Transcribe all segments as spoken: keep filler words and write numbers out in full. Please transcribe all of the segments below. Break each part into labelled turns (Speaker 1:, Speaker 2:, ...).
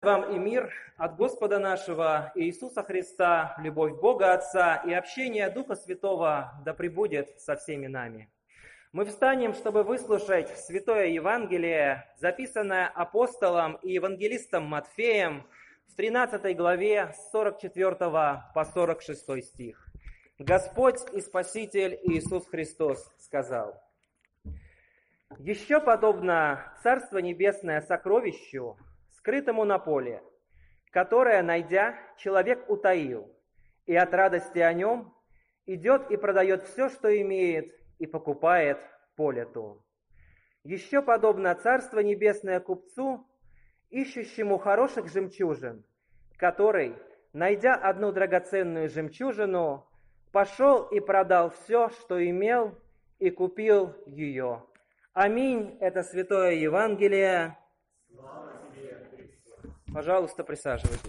Speaker 1: Вам и мир от Господа нашего Иисуса Христа, любовь Бога Отца и общение Духа Святого да пребудет со всеми нами. Мы встанем, чтобы выслушать Святое Евангелие, записанное апостолом и евангелистом Матфеем в тринадцатой главе с сорок четвёртого по сорок шестой стих. Господь и Спаситель Иисус Христос сказал: «Еще подобно Царство Небесное сокровищу, скрытому на поле, которое, найдя, человек утаил, и от радости о нем идет и продает все, что имеет, и покупает поле то. Еще подобно Царство Небесное купцу, ищущему хороших жемчужин, который, найдя одну драгоценную жемчужину, пошел и продал все, что имел, и купил ее». Аминь. Это Святое Евангелие.
Speaker 2: Слава тебе, Христос.
Speaker 1: Пожалуйста, присаживайтесь.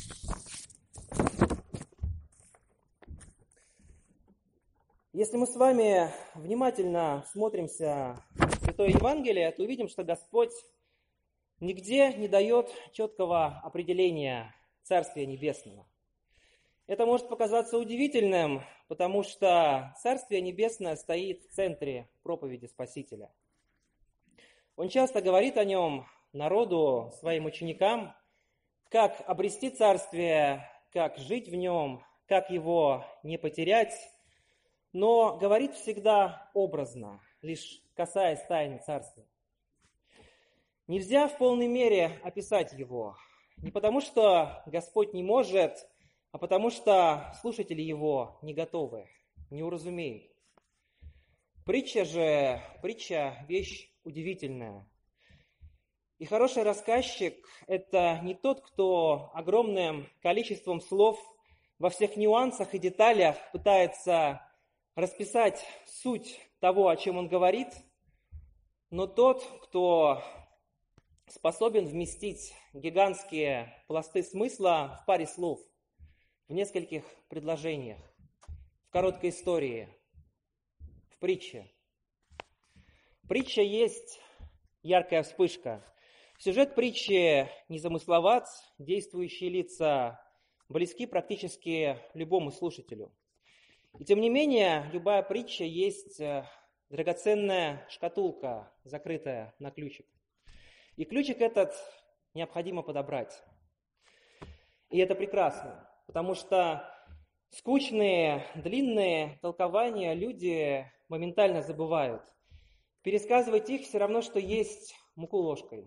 Speaker 1: Если мы с вами внимательно смотримся в Святое Евангелие, то увидим, что Господь нигде не дает четкого определения Царствия Небесного. Это может показаться удивительным, потому что Царствие Небесное стоит в центре проповеди Спасителя. Он часто говорит о нем народу, своим ученикам, как обрести царствие, как жить в нем, как его не потерять, но говорит всегда образно, лишь касаясь тайны царствия. Нельзя в полной мере описать его, не потому что Господь не может, а потому что слушатели его не готовы, не уразумеют. Притча же, притча – вещь удивительная. И хороший рассказчик – это не тот, кто огромным количеством слов во всех нюансах и деталях пытается расписать суть того, о чем он говорит, но тот, кто способен вместить гигантские пласты смысла в паре слов, в нескольких предложениях, в короткой истории, в притче. Притча есть яркая вспышка. Сюжет притчи незамысловат, действующие лица близки практически любому слушателю. И тем не менее, любая притча есть драгоценная шкатулка, закрытая на ключик. И ключик этот необходимо подобрать. И это прекрасно, потому что скучные, длинные толкования люди моментально забывают. Пересказывать их все равно, что есть муку ложкой.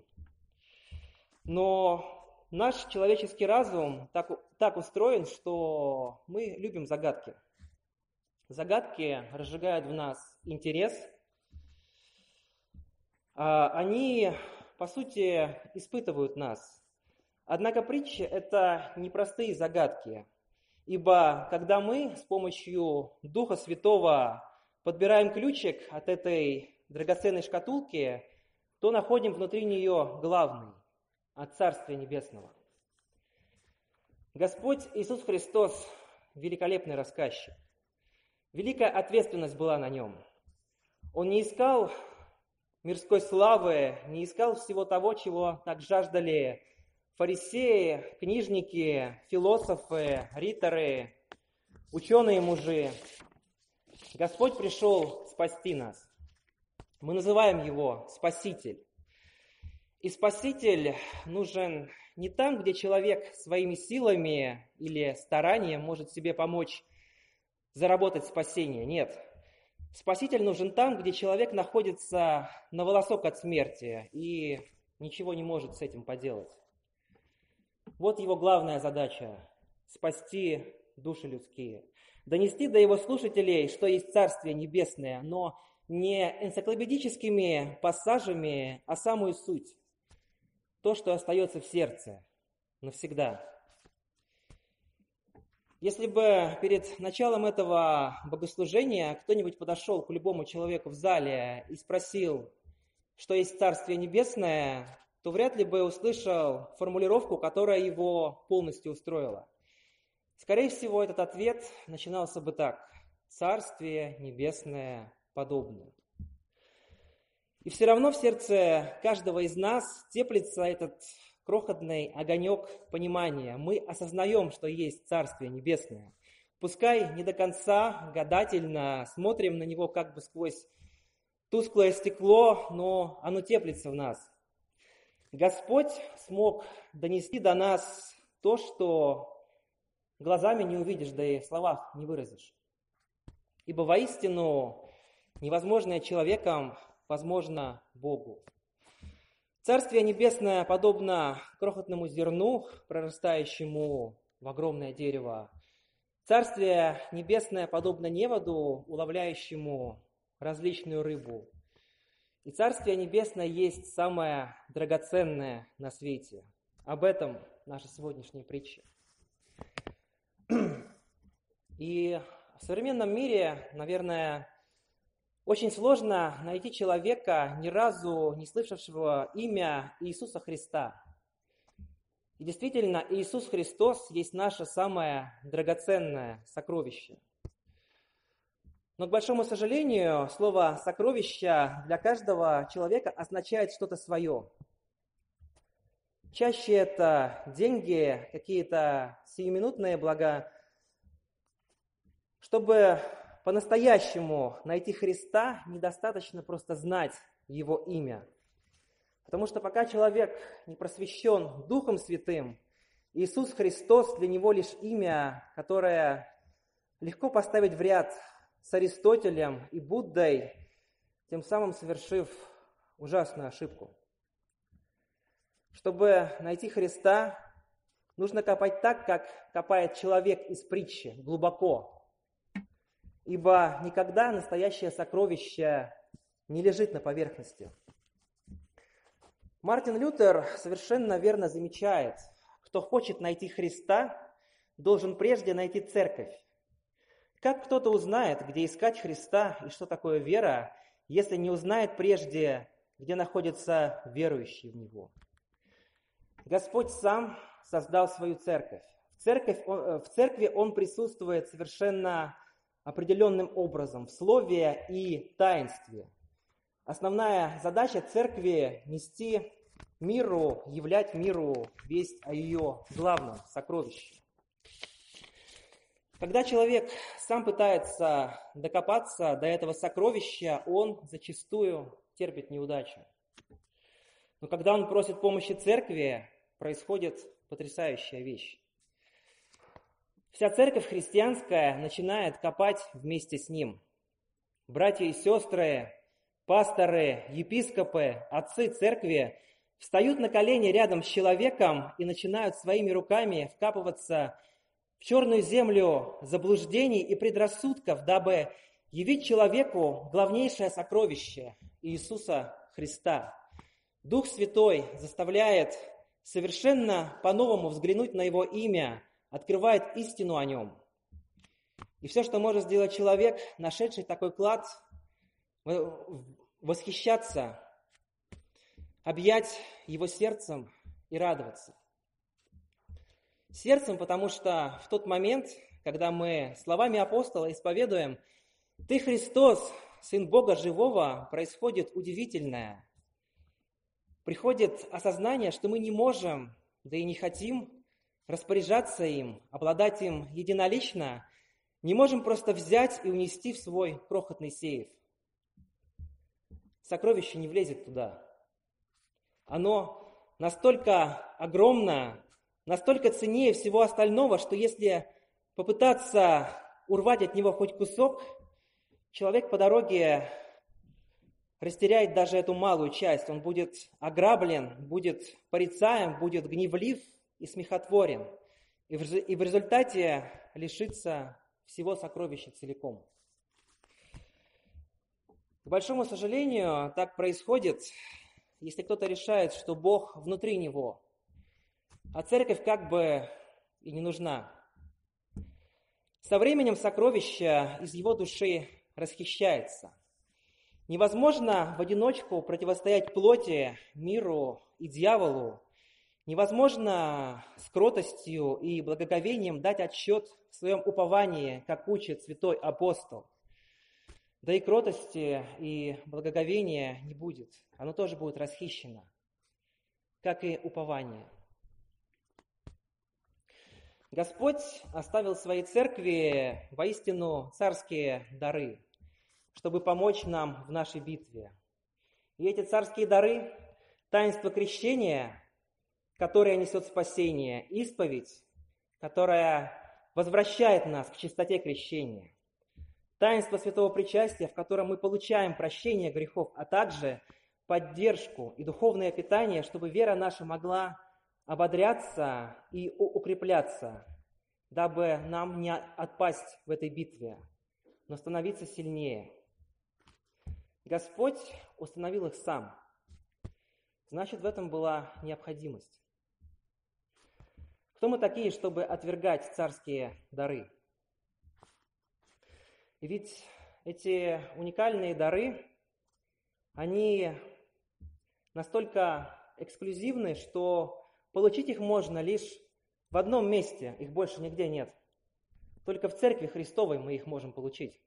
Speaker 1: Но наш человеческий разум так, так устроен, что мы любим загадки. Загадки разжигают в нас интерес. Они, по сути, испытывают нас. Однако притчи – это непростые загадки, ибо когда мы с помощью Духа Святого подбираем ключик от этой драгоценной шкатулки, то находим внутри нее главный – от Царствия Небесного. Господь Иисус Христос – великолепный рассказчик. Великая ответственность была на нем. Он не искал мирской славы, не искал всего того, чего так жаждали фарисеи, книжники, философы, риторы, ученые-мужи. Господь пришел спасти нас. Мы называем его Спаситель. И Спаситель нужен не там, где человек своими силами или старанием может себе помочь заработать спасение. Нет. Спаситель нужен там, где человек находится на волосок от смерти и ничего не может с этим поделать. Вот его главная задача – спасти души людские, донести до его слушателей, что есть Царствие Небесное, но не энциклопедическими пассажами, а самую суть – то, что остается в сердце навсегда. Если бы перед началом этого богослужения кто-нибудь подошел к любому человеку в зале и спросил, что есть Царствие Небесное, то вряд ли бы услышал формулировку, которая его полностью устроила. Скорее всего, этот ответ начинался бы так: «Царствие Небесное подобно». И все равно в сердце каждого из нас теплится этот крохотный огонек понимания. Мы осознаем, что есть Царствие Небесное. Пускай не до конца гадательно смотрим на него как бы сквозь тусклое стекло, но оно теплится в нас. Господь смог донести до нас то, что глазами не увидишь, да и в словах не выразишь. Ибо воистину невозможное человеком возможно Богу. Царствие Небесное подобно крохотному зерну, прорастающему в огромное дерево. Царствие Небесное подобно неводу, уловляющему различную рыбу. И Царствие Небесное есть самое драгоценное на свете. Об этом наша сегодняшняя притча. И в современном мире, наверное, очень сложно найти человека, ни разу не слышавшего имя Иисуса Христа. И действительно, Иисус Христос есть наше самое драгоценное сокровище. Но, к большому сожалению, слово «сокровище» для каждого человека означает что-то свое. Чаще это деньги, какие-то сиюминутные блага. Чтобы по-настоящему найти Христа, недостаточно просто знать Его имя. Потому что пока человек не просвещен Духом Святым, Иисус Христос для него лишь имя, которое легко поставить в ряд с Аристотелем и Буддой, тем самым совершив ужасную ошибку. Чтобы найти Христа, нужно копать так, как копает человек из притчи, глубоко. Ибо никогда настоящее сокровище не лежит на поверхности. Мартин Лютер совершенно верно замечает, кто хочет найти Христа, должен прежде найти церковь. Как кто-то узнает, где искать Христа и что такое вера, если не узнает прежде, где находятся верующие в Него? Господь сам создал свою церковь. В, церковь, в церкви Он присутствует совершенно определенным образом, в слове и таинстве. Основная задача церкви – нести миру, являть миру весть о ее главном сокровище. Когда человек сам пытается докопаться до этого сокровища, он зачастую терпит неудачу. Но когда он просит помощи церкви, происходит потрясающая вещь. Вся церковь христианская начинает копать вместе с ним. Братья и сестры, пасторы, епископы, отцы церкви встают на колени рядом с человеком и начинают своими руками вкапываться в черную землю заблуждений и предрассудков, дабы явить человеку главнейшее сокровище Иисуса Христа. Дух Святой заставляет совершенно по-новому взглянуть на Его имя, открывает истину о Нем. И все, что может сделать человек, нашедший такой клад, восхищаться, объять его сердцем и радоваться. Сердцем, потому что в тот момент, когда мы словами апостола исповедуем «Ты, Христос, Сын Бога Живого», происходит удивительное. Приходит осознание, что мы не можем, да и не хотим распоряжаться им, обладать им единолично, не можем просто взять и унести в свой крохотный сейф. Сокровище не влезет туда. Оно настолько огромно, настолько ценнее всего остального, что если попытаться урвать от него хоть кусок, человек по дороге растеряет даже эту малую часть. Он будет ограблен, будет порицаем, будет гневлив и смехотворен. И в, и в результате лишится всего сокровища целиком. К большому сожалению, так происходит, если кто-то решает, что Бог внутри него, а церковь как бы и не нужна. Со временем сокровище из его души расхищается. Невозможно в одиночку противостоять плоти, миру и дьяволу. Невозможно с кротостью и благоговением дать отчет в своем уповании, как учит святой апостол. Да и кротости и благоговения не будет. Оно тоже будет расхищено, как и упование. Господь оставил своей церкви воистину царские дары, чтобы помочь нам в нашей битве. И эти царские дары – таинство крещения, которое несет спасение, исповедь, которая возвращает нас к чистоте крещения, таинство святого причастия, в котором мы получаем прощение грехов, а также поддержку и духовное питание, чтобы вера наша могла ободряться и укрепляться, дабы нам не отпасть в этой битве, но становиться сильнее. Господь установил их сам. Значит, в этом была необходимость. Кто мы такие, чтобы отвергать царские дары? И ведь эти уникальные дары, они настолько эксклюзивны, что получить их можно лишь в одном месте, их больше нигде нет. Только в Церкви Христовой мы их можем получить.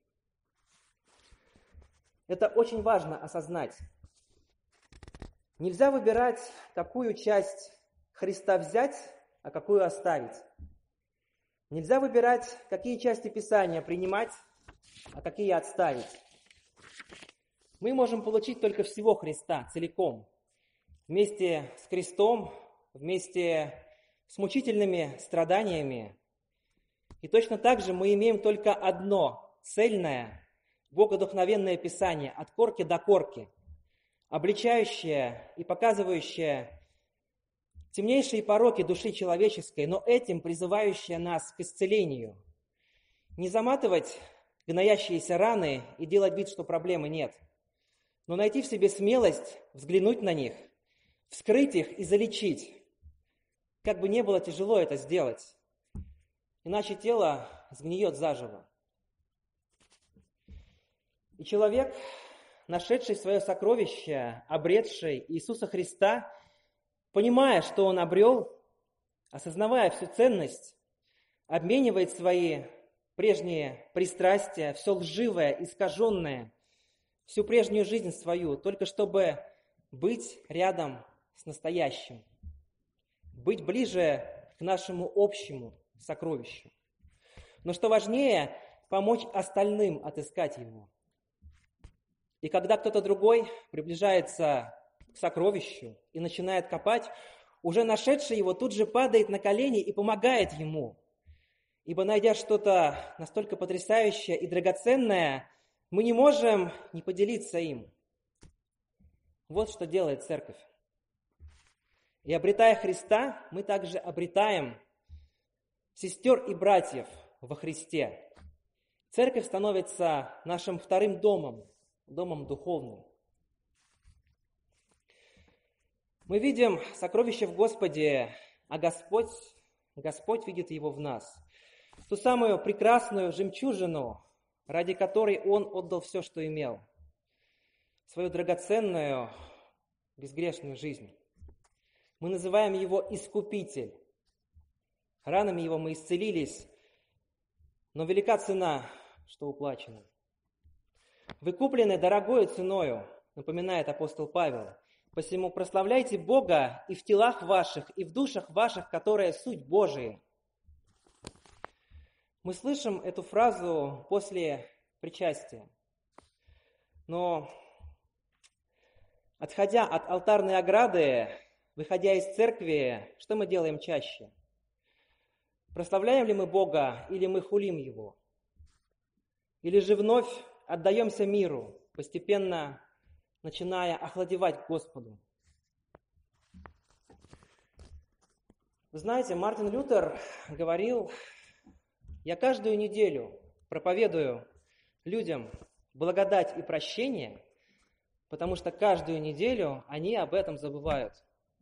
Speaker 1: Это очень важно осознать. Нельзя выбирать, какую часть Христа взять, а какую оставить. Нельзя выбирать, какие части Писания принимать, а какие отставить. Мы можем получить только всего Христа целиком, вместе с крестом, вместе с мучительными страданиями. И точно так же мы имеем только одно цельное, богодухновенное Писание от корки до корки, обличающее и показывающее темнейшие пороки души человеческой, но этим призывающее нас к исцелению. Не заматывать гноящиеся раны и делать вид, что проблемы нет, но найти в себе смелость взглянуть на них, вскрыть их и залечить. Как бы не было тяжело это сделать, иначе тело сгниет заживо. И человек, нашедший свое сокровище, обретший Иисуса Христа, понимая, что он обрел, осознавая всю ценность, обменивает свои прежние пристрастия, все лживое, искаженное, всю прежнюю жизнь свою, только чтобы быть рядом с настоящим, быть ближе к нашему общему сокровищу. Но что важнее, помочь остальным отыскать его. И когда кто-то другой приближается к сокровищу и начинает копать, уже нашедший его тут же падает на колени и помогает ему. Ибо, найдя что-то настолько потрясающее и драгоценное, мы не можем не поделиться им. Вот что делает церковь. И обретая Христа, мы также обретаем сестер и братьев во Христе. Церковь становится нашим вторым домом, домом духовным. Мы видим сокровище в Господе, а Господь, Господь видит его в нас. Ту самую прекрасную жемчужину, ради которой Он отдал все, что имел. Свою драгоценную, безгрешную жизнь. Мы называем Его Искупитель. Ранами Его мы исцелились, но велика цена, что уплачена. Вы куплены дорогою ценою, напоминает апостол Павел. Посему прославляйте Бога и в телах ваших, и в душах ваших, которые суть Божии. Мы слышим эту фразу после причастия. Но, отходя от алтарной ограды, выходя из церкви, что мы делаем чаще? Прославляем ли мы Бога или мы хулим Его? Или же вновь отдаемся миру, постепенно начиная охладевать к Господу? Вы знаете, Мартин Лютер говорил: «Я каждую неделю проповедую людям благодать и прощение, потому что каждую неделю они об этом забывают».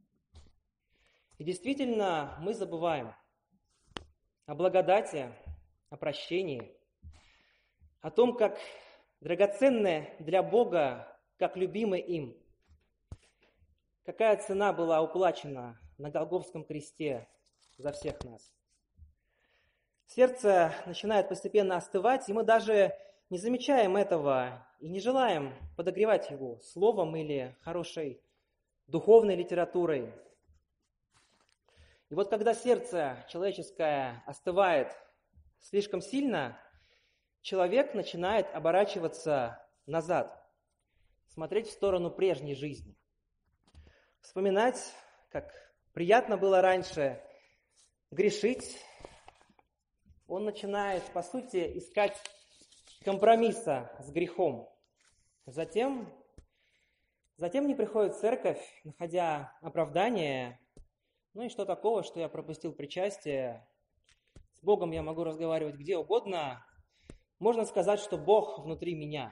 Speaker 1: И действительно, мы забываем о благодати, о прощении, о том, как драгоценное для Бога, как любимый им. Какая цена была уплачена на Голгофском кресте за всех нас. Сердце начинает постепенно остывать, и мы даже не замечаем этого и не желаем подогревать его словом или хорошей духовной литературой. И вот когда сердце человеческое остывает слишком сильно, человек начинает оборачиваться назад, смотреть в сторону прежней жизни, вспоминать, как приятно было раньше грешить. Он начинает, по сути, искать компромисса с грехом. Затем, затем не приходит в церковь, находя оправдание. Ну и что такого, что я пропустил причастие? С Богом я могу разговаривать где угодно. Можно сказать, что Бог внутри меня.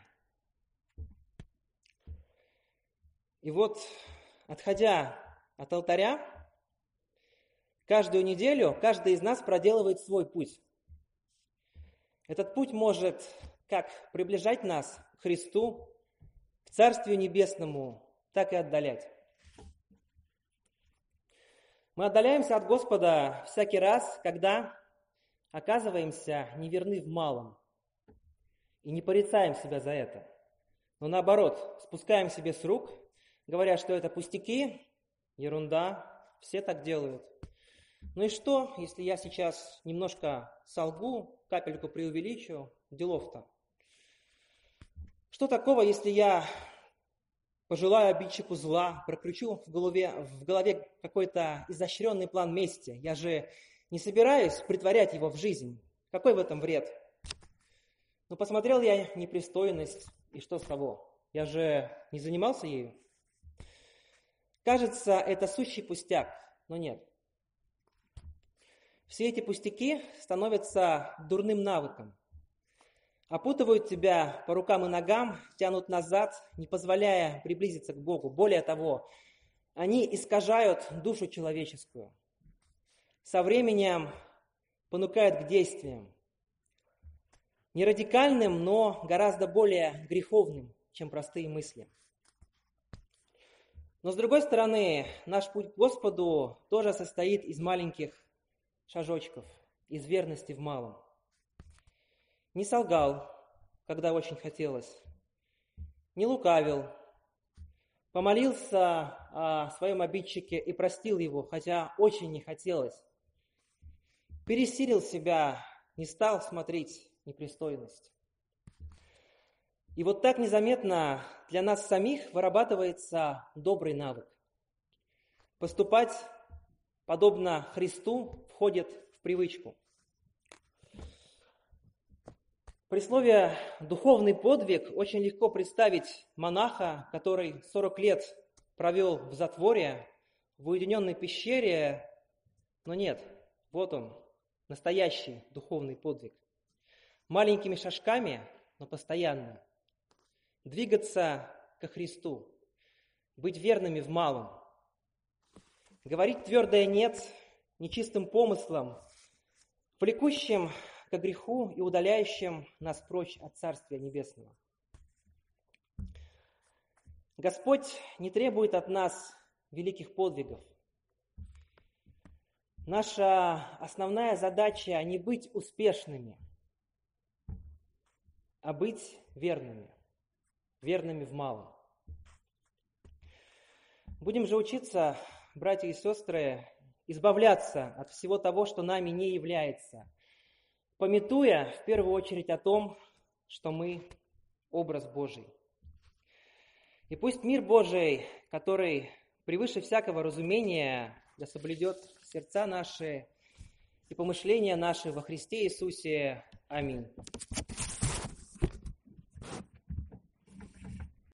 Speaker 1: И вот, отходя от алтаря, каждую неделю каждый из нас проделывает свой путь. Этот путь может как приближать нас к Христу, к Царствию Небесному, так и отдалять. Мы отдаляемся от Господа всякий раз, когда оказываемся неверны в малом и не порицаем себя за это. Но наоборот, спускаем себе с рук, говоря, что это пустяки, ерунда, все так делают. Ну и что, если я сейчас немножко солгу, капельку преувеличу, делов-то? Что такого, если я пожелаю обидчику зла, прокручу в голове, в голове какой-то изощренный план мести? Я же не собираюсь притворять его в жизнь. Какой в этом вред? Ну, посмотрел я непристойность, и что с того? Я же не занимался ею. Кажется, это сущий пустяк, но нет. Все эти пустяки становятся дурным навыком. Опутывают тебя по рукам и ногам, тянут назад, не позволяя приблизиться к Богу. Более того, они искажают душу человеческую. Со временем понукают к действиям. Не радикальным, но гораздо более греховным, чем простые мысли. Но с другой стороны, наш путь к Господу тоже состоит из маленьких шажочков, из верности в малом. Не солгал, когда очень хотелось, не лукавил, помолился о своем обидчике и простил его, хотя очень не хотелось. Пересилил себя, не стал смотреть непристойность. И вот так незаметно для нас самих вырабатывается добрый навык. Поступать подобно Христу входит в привычку. При слове «духовный подвиг» очень легко представить монаха, который сорок лет провел в затворе, в уединенной пещере, но нет, вот он, настоящий духовный подвиг. Маленькими шажками, но постоянно. Двигаться ко Христу, быть верными в малом. Говорить твердое «нет» нечистым помыслам, влекущим ко греху и удаляющим нас прочь от Царствия Небесного. Господь не требует от нас великих подвигов. Наша основная задача не быть успешными, а быть верными, верными в малом. Будем же учиться, братья и сестры, избавляться от всего того, что нами не является, памятуя в первую очередь о том, что мы образ Божий. И пусть мир Божий, который превыше всякого разумения, да соблюдет сердца наши и помышления наши во Христе Иисусе. Аминь.